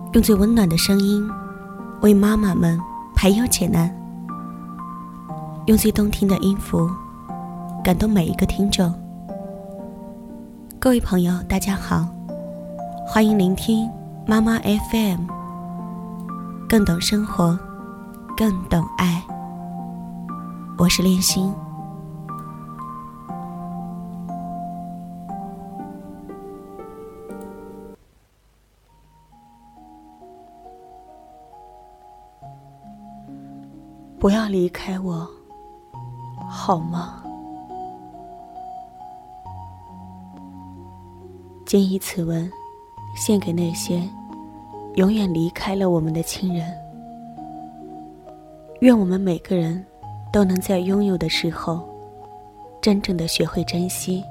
用最温暖的声音为妈妈们排忧解难，用最动听的音符感动每一个听众。各位朋友大家好，欢迎聆听妈妈 FM， 更懂生活，更懂爱。我是恋心。不要离开我，好吗？谨以此文献给那些永远离开了我们的亲人。愿我们每个人都能在拥有的时候真正的学会珍惜。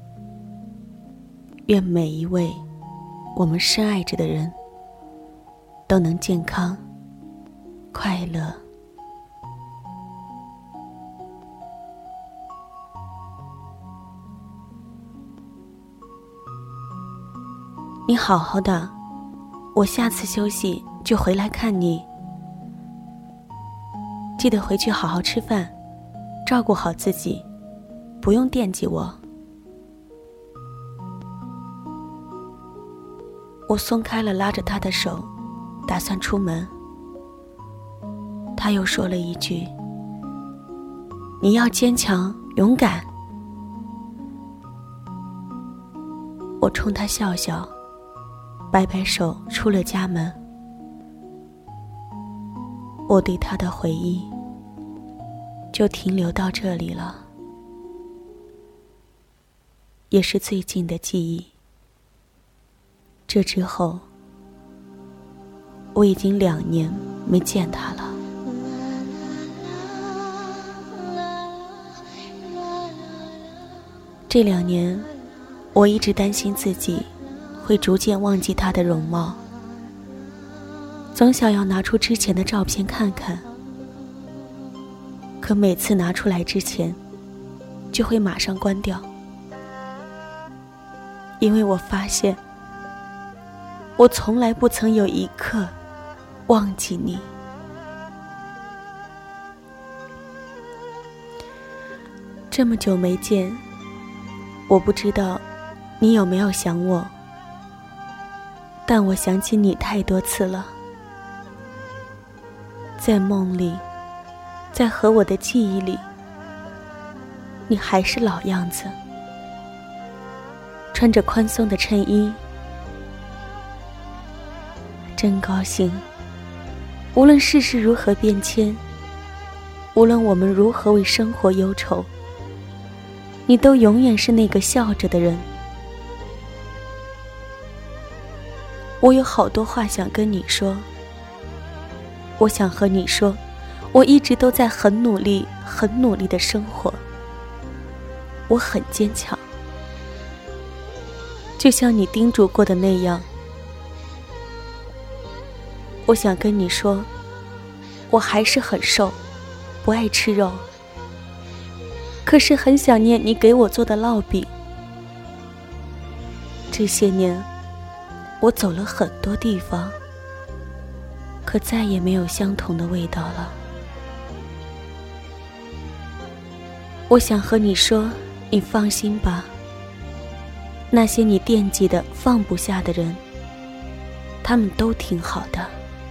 愿每一位我们深爱着的人都能健康快乐。你好好的，我下次休息就回来看你。记得回去好好吃饭，照顾好自己，不用惦记我。我松开了拉着他的手，打算出门。他又说了一句：“你要坚强勇敢。”我冲他笑笑，摆摆手出了家门。我对他的回忆就停留到这里了，也是最近的记忆。这之后我已经2年没见他了。这2年我一直担心自己会逐渐忘记他的容貌，总想要拿出之前的照片看看，可每次拿出来之前就会马上关掉，因为我发现我从来不曾有一刻忘记你。这么久没见，我不知道你有没有想我，但我想起你太多次了，在梦里，在和我的记忆里，你还是老样子，穿着宽松的衬衣。真高兴，无论世事如何变迁，无论我们如何为生活忧愁，你都永远是那个笑着的人。我有好多话想跟你说，我想和你说，我一直都在很努力的生活，我很坚强，就像你叮嘱过的那样。我想跟你说，我还是很瘦，不爱吃肉，可是很想念你给我做的烙饼。这些年我走了很多地方，可再也没有相同的味道了。我想和你说，你放心吧，那些你惦记的放不下的人，他们都挺好的。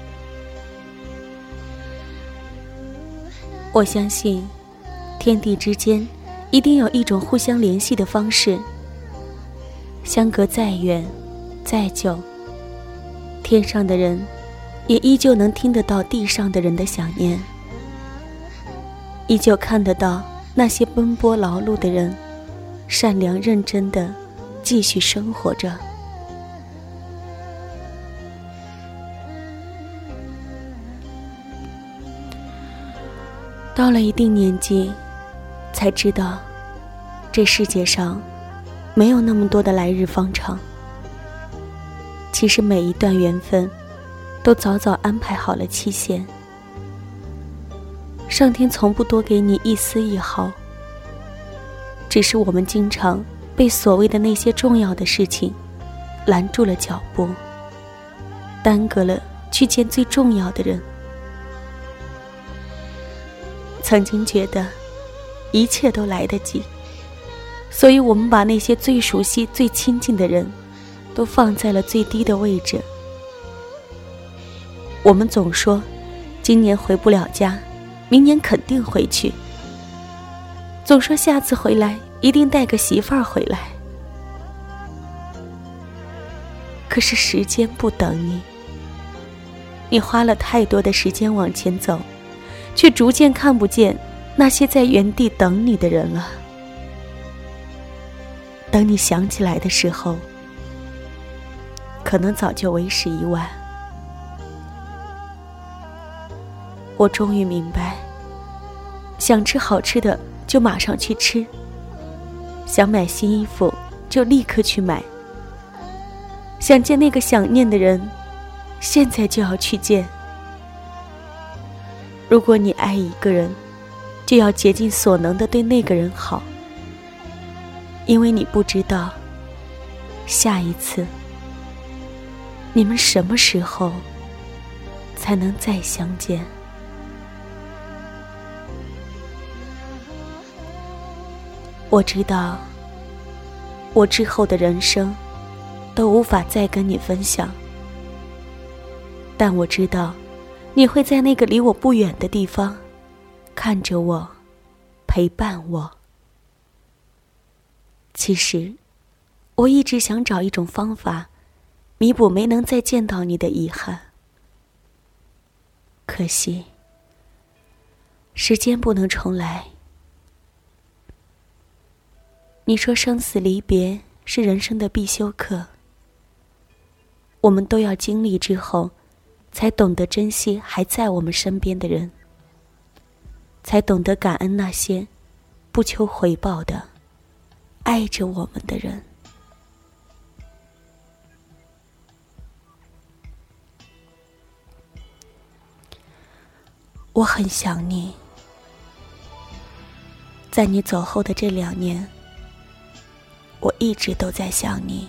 我相信天地之间一定有一种互相联系的方式，相隔再远再久，天上的人也依旧能听得到地上的人的想念，依旧看得到那些奔波劳碌的人善良认真地继续生活着。到了一定年纪，才知道这世界上没有那么多的来日方长。其实每一段缘分都早早安排好了期限，上天从不多给你一丝一毫，只是我们经常被所谓的那些重要的事情拦住了脚步。 耽搁了去见最重要的人。曾经觉得一切都来得及，所以我们把那些最熟悉最亲近的人都放在了最低的位置。我们总说今年回不了家，明年肯定回去，总说下次回来一定带个媳妇儿回来。可是时间不等你，你花了太多的时间往前走，却逐渐看不见那些在原地等你的人了。等你想起来的时候，可能早就为时已晚。我终于明白，想吃好吃的就马上去吃，想买新衣服就立刻去买，想见那个想念的人，现在就要去见。如果你爱一个人，就要竭尽所能地对那个人好，因为你不知道下一次你们什么时候才能再相见。我知道我之后的人生都无法再跟你分享，但我知道你会在那个离我不远的地方看着我，陪伴我。其实我一直想找一种方法弥补没能再见到你的遗憾，可惜时间不能重来。你说生死离别是人生的必修课，我们都要经历之后，才懂得珍惜还在我们身边的人，才懂得感恩那些不求回报的爱着我们的人。我很想你，在你走后的这2年，我一直都在想你。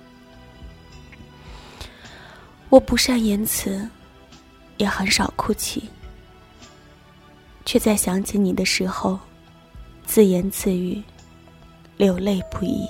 我不善言辞，也很少哭泣，却在想起你的时候，自言自语，流泪不已。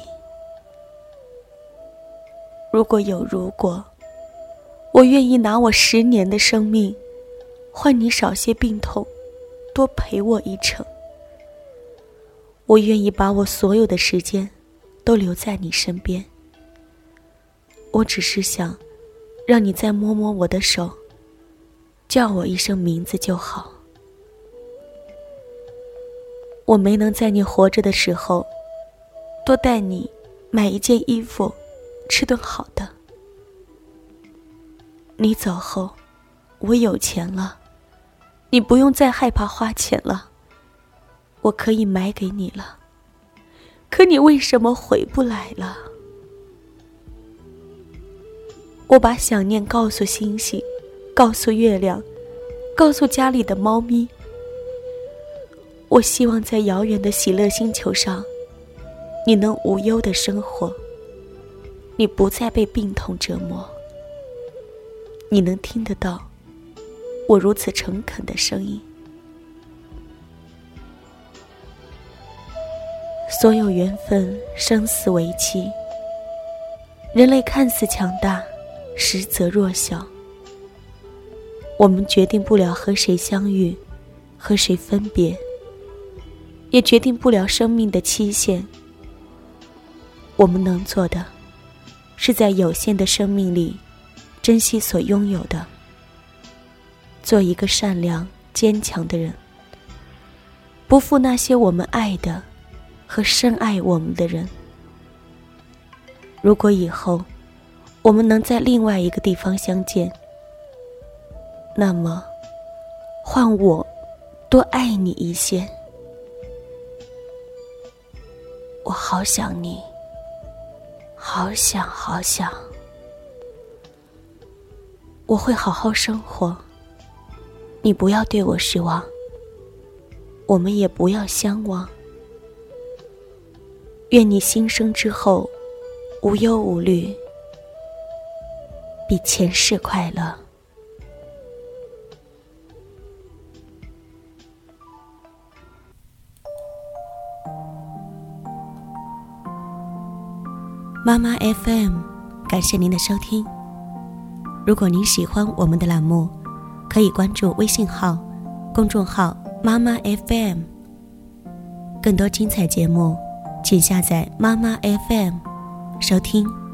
如果有如果，我愿意拿我10年的生命，换你少些病痛，多陪我一程。我愿意把我所有的时间都留在你身边，我只是想让你再摸摸我的手，叫我一声名字就好。我没能在你活着的时候多带你买一件衣服，吃顿好的。你走后，我有钱了，你不用再害怕花钱了，我可以买给你了。可你为什么回不来了？我把想念告诉星星，告诉月亮，告诉家里的猫咪。我希望在遥远的喜乐星球上，你能无忧的生活，你不再被病痛折磨，你能听得到我如此诚恳的声音。所有缘分生死为期，人类看似强大，实则弱小。我们决定不了和谁相遇，和谁分别，也决定不了生命的期限。我们能做的，是在有限的生命里珍惜所拥有的，做一个善良坚强的人，不负那些我们爱的和深爱我们的人。如果以后我们能在另外一个地方相见，那么换我多爱你一些。我好想你，好想好想。我会好好生活，你不要对我失望，我们也不要相忘。愿你新生之后无忧无虑， 比前世快乐。妈妈 FM， 感谢您的收听。如果您喜欢我们的栏目，可以关注微信号、公众号妈妈 FM。 更多精彩节目请下载妈妈 FM 收听。